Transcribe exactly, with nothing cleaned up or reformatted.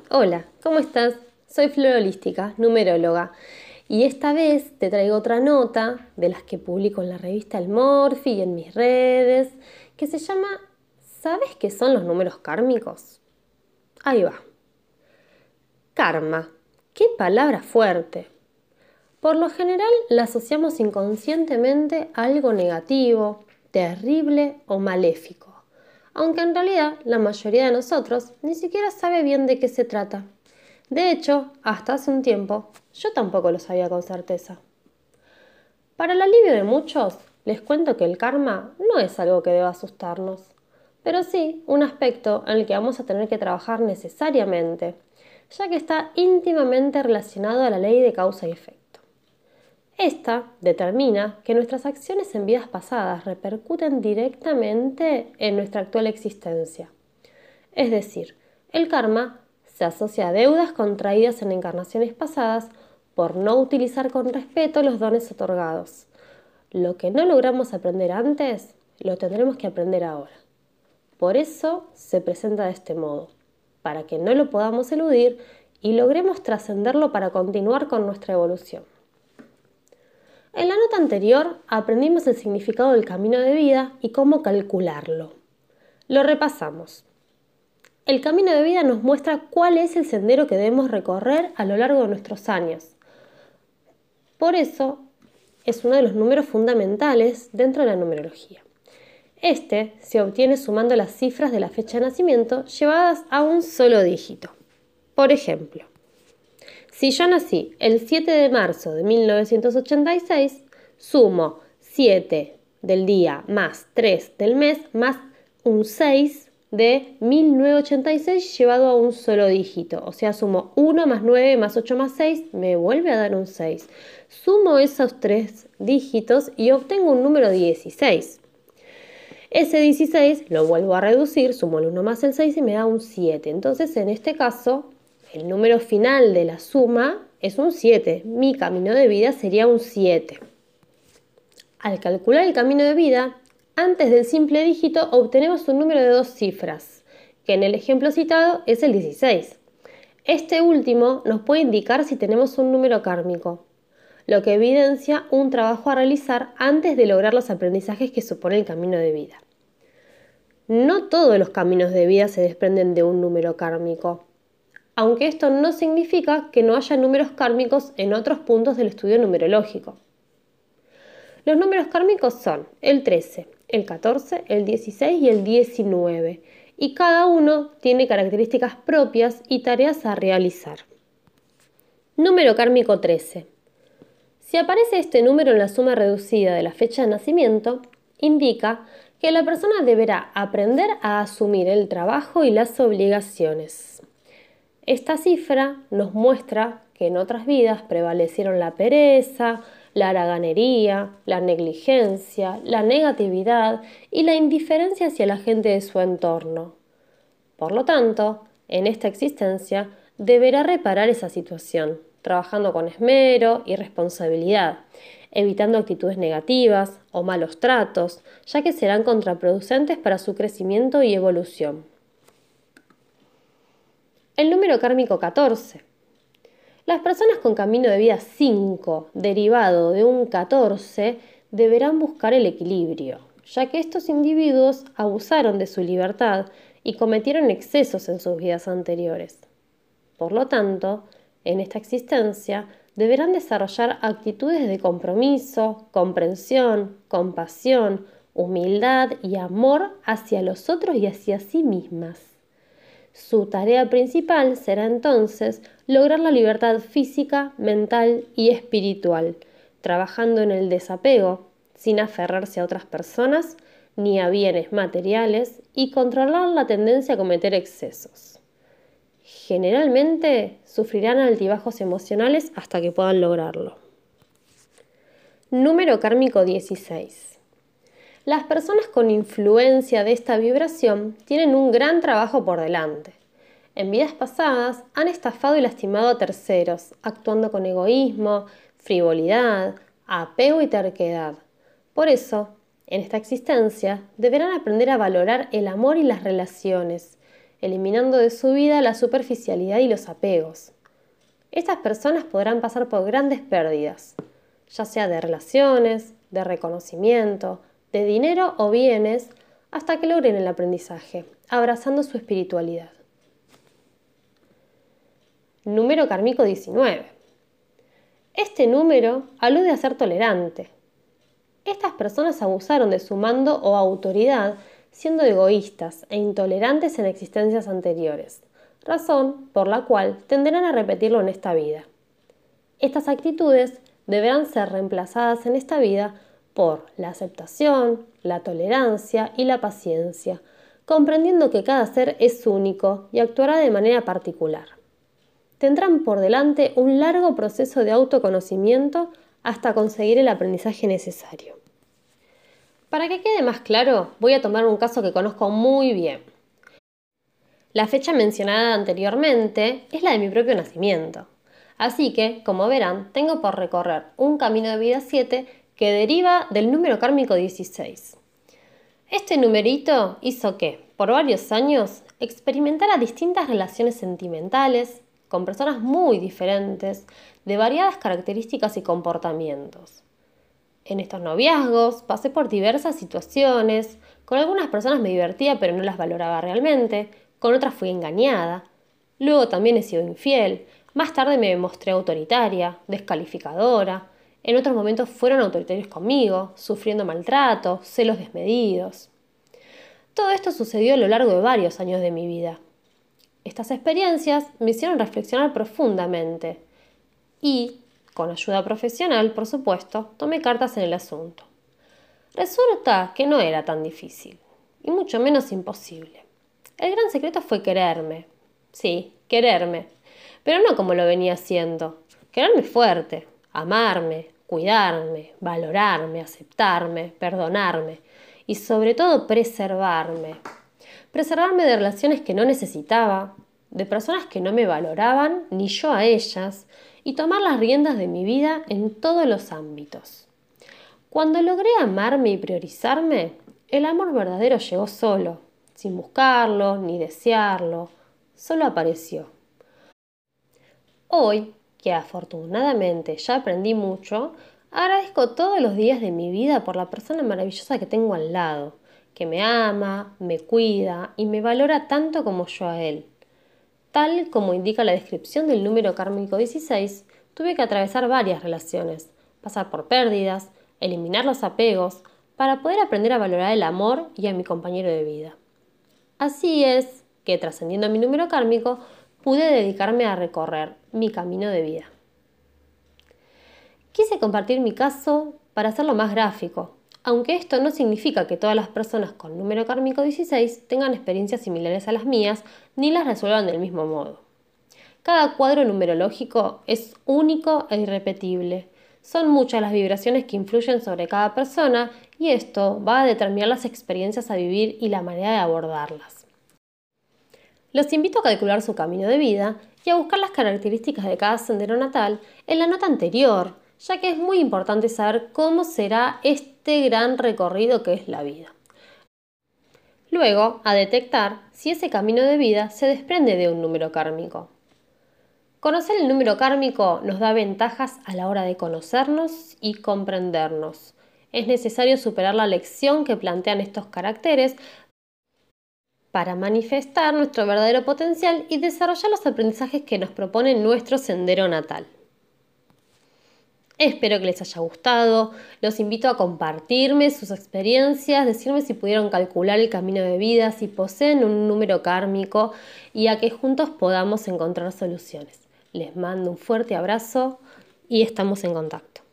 Hola, ¿cómo estás? Soy Flor Holística, numeróloga, y esta vez te traigo otra nota de las que publico en la revista El Morphy y en mis redes, que se llama ¿Sabes qué son los números kármicos? Ahí va. Karma. ¡Qué palabra fuerte! Por lo general la asociamos inconscientemente a algo negativo, terrible o maléfico, aunque en realidad la mayoría de nosotros ni siquiera sabe bien de qué se trata. De hecho, hasta hace un tiempo, yo tampoco lo sabía con certeza. Para el alivio de muchos, les cuento que el karma no es algo que deba asustarnos, pero sí un aspecto en el que vamos a tener que trabajar necesariamente, ya que está íntimamente relacionado a la ley de causa y efecto. Esta determina que nuestras acciones en vidas pasadas repercuten directamente en nuestra actual existencia. Es decir, el karma se asocia a deudas contraídas en encarnaciones pasadas por no utilizar con respeto los dones otorgados. Lo que no logramos aprender antes, lo tendremos que aprender ahora. Por eso se presenta de este modo, para que no lo podamos eludir y logremos trascenderlo para continuar con nuestra evolución. En la nota anterior aprendimos el significado del camino de vida y cómo calcularlo. Lo repasamos. El camino de vida nos muestra cuál es el sendero que debemos recorrer a lo largo de nuestros años. Por eso, es uno de los números fundamentales dentro de la numerología. Este se obtiene sumando las cifras de la fecha de nacimiento llevadas a un solo dígito. Por ejemplo, si yo nací el siete de marzo de mil novecientos ochenta y seis, sumo siete del día más tres del mes más un seis de mil novecientos ochenta y seis llevado a un solo dígito. O sea, sumo uno más nueve más ocho más seis, me vuelve a dar un seis. Sumo esos tres dígitos y obtengo un número dieciséis. Ese dieciséis lo vuelvo a reducir, sumo el uno más el seis y me da un siete. Entonces, en este caso, el número final de la suma es un siete. Mi camino de vida sería un siete. Al calcular el camino de vida, antes del simple dígito obtenemos un número de dos cifras, que en el ejemplo citado es el dieciséis. Este último nos puede indicar si tenemos un número kármico, lo que evidencia un trabajo a realizar antes de lograr los aprendizajes que supone el camino de vida. No todos los caminos de vida se desprenden de un número kármico, aunque esto no significa que no haya números kármicos en otros puntos del estudio numerológico. Los números kármicos son el trece, el catorce, el dieciséis y el diecinueve, y cada uno tiene características propias y tareas a realizar. Número kármico trece. Si aparece este número en la suma reducida de la fecha de nacimiento, indica que la persona deberá aprender a asumir el trabajo y las obligaciones. Esta cifra nos muestra que en otras vidas prevalecieron la pereza, la haraganería, la negligencia, la negatividad y la indiferencia hacia la gente de su entorno. Por lo tanto, en esta existencia deberá reparar esa situación, trabajando con esmero y responsabilidad, evitando actitudes negativas o malos tratos, ya que serán contraproducentes para su crecimiento y evolución. El número kármico catorce. Las personas con camino de vida cinco, derivado de un catorce, deberán buscar el equilibrio, ya que estos individuos abusaron de su libertad y cometieron excesos en sus vidas anteriores. Por lo tanto, en esta existencia deberán desarrollar actitudes de compromiso, comprensión, compasión, humildad y amor hacia los otros y hacia sí mismas. Su tarea principal será entonces lograr la libertad física, mental y espiritual, trabajando en el desapego, sin aferrarse a otras personas ni a bienes materiales y controlar la tendencia a cometer excesos. Generalmente sufrirán altibajos emocionales hasta que puedan lograrlo. Número kármico dieciséis. Las personas con influencia de esta vibración tienen un gran trabajo por delante. En vidas pasadas han estafado y lastimado a terceros, actuando con egoísmo, frivolidad, apego y terquedad. Por eso, en esta existencia, deberán aprender a valorar el amor y las relaciones, eliminando de su vida la superficialidad y los apegos. Estas personas podrán pasar por grandes pérdidas, ya sea de relaciones, de reconocimiento, de dinero o bienes, hasta que logren el aprendizaje, abrazando su espiritualidad. Número kármico diecinueve. Este número alude a ser tolerante. Estas personas abusaron de su mando o autoridad siendo egoístas e intolerantes en existencias anteriores, razón por la cual tenderán a repetirlo en esta vida. Estas actitudes deberán ser reemplazadas en esta vida por la aceptación, la tolerancia y la paciencia, comprendiendo que cada ser es único y actuará de manera particular. Tendrán por delante un largo proceso de autoconocimiento hasta conseguir el aprendizaje necesario. Para que quede más claro, voy a tomar un caso que conozco muy bien. La fecha mencionada anteriormente es la de mi propio nacimiento. Así que, como verán, tengo por recorrer un camino de vida siete que deriva del número kármico dieciséis. Este numerito hizo que, por varios años, experimentara distintas relaciones sentimentales con personas muy diferentes, de variadas características y comportamientos. En estos noviazgos pasé por diversas situaciones, con algunas personas me divertía pero no las valoraba realmente, con otras fui engañada, luego también he sido infiel, más tarde me mostré autoritaria, descalificadora, en otros momentos fueron autoritarios conmigo, sufriendo maltrato, celos desmedidos. Todo esto sucedió a lo largo de varios años de mi vida. Estas experiencias me hicieron reflexionar profundamente y, con ayuda profesional, por supuesto, tomé cartas en el asunto. Resulta que no era tan difícil, y mucho menos imposible. El gran secreto fue quererme. Sí, quererme, pero no como lo venía haciendo. Quererme fuerte, amarme, cuidarme, valorarme, aceptarme, perdonarme y sobre todo preservarme. Preservarme de relaciones que no necesitaba, de personas que no me valoraban ni yo a ellas, y tomar las riendas de mi vida en todos los ámbitos. Cuando logré amarme y priorizarme, el amor verdadero llegó solo, sin buscarlo ni desearlo, solo apareció. Hoy, que afortunadamente ya aprendí mucho, agradezco todos los días de mi vida por la persona maravillosa que tengo al lado, que me ama, me cuida y me valora tanto como yo a él. Tal como indica la descripción del número kármico dieciséis, tuve que atravesar varias relaciones, pasar por pérdidas, eliminar los apegos, para poder aprender a valorar el amor y a mi compañero de vida. Así es que, trascendiendo mi número kármico, pude dedicarme a recorrer mi camino de vida. Quise compartir mi caso para hacerlo más gráfico, aunque esto no significa que todas las personas con número kármico dieciséis tengan experiencias similares a las mías ni las resuelvan del mismo modo. Cada cuadro numerológico es único e irrepetible. Son muchas las vibraciones que influyen sobre cada persona y esto va a determinar las experiencias a vivir y la manera de abordarlas. Los invito a calcular su camino de vida y a buscar las características de cada sendero natal en la nota anterior, ya que es muy importante saber cómo será este gran recorrido que es la vida. Luego, a detectar si ese camino de vida se desprende de un número kármico. Conocer el número kármico nos da ventajas a la hora de conocernos y comprendernos. Es necesario superar la lección que plantean estos caracteres para manifestar nuestro verdadero potencial y desarrollar los aprendizajes que nos propone nuestro sendero natal. Espero que les haya gustado, los invito a compartirme sus experiencias, decirme si pudieron calcular el camino de vida, si poseen un número kármico y a que juntos podamos encontrar soluciones. Les mando un fuerte abrazo y estamos en contacto.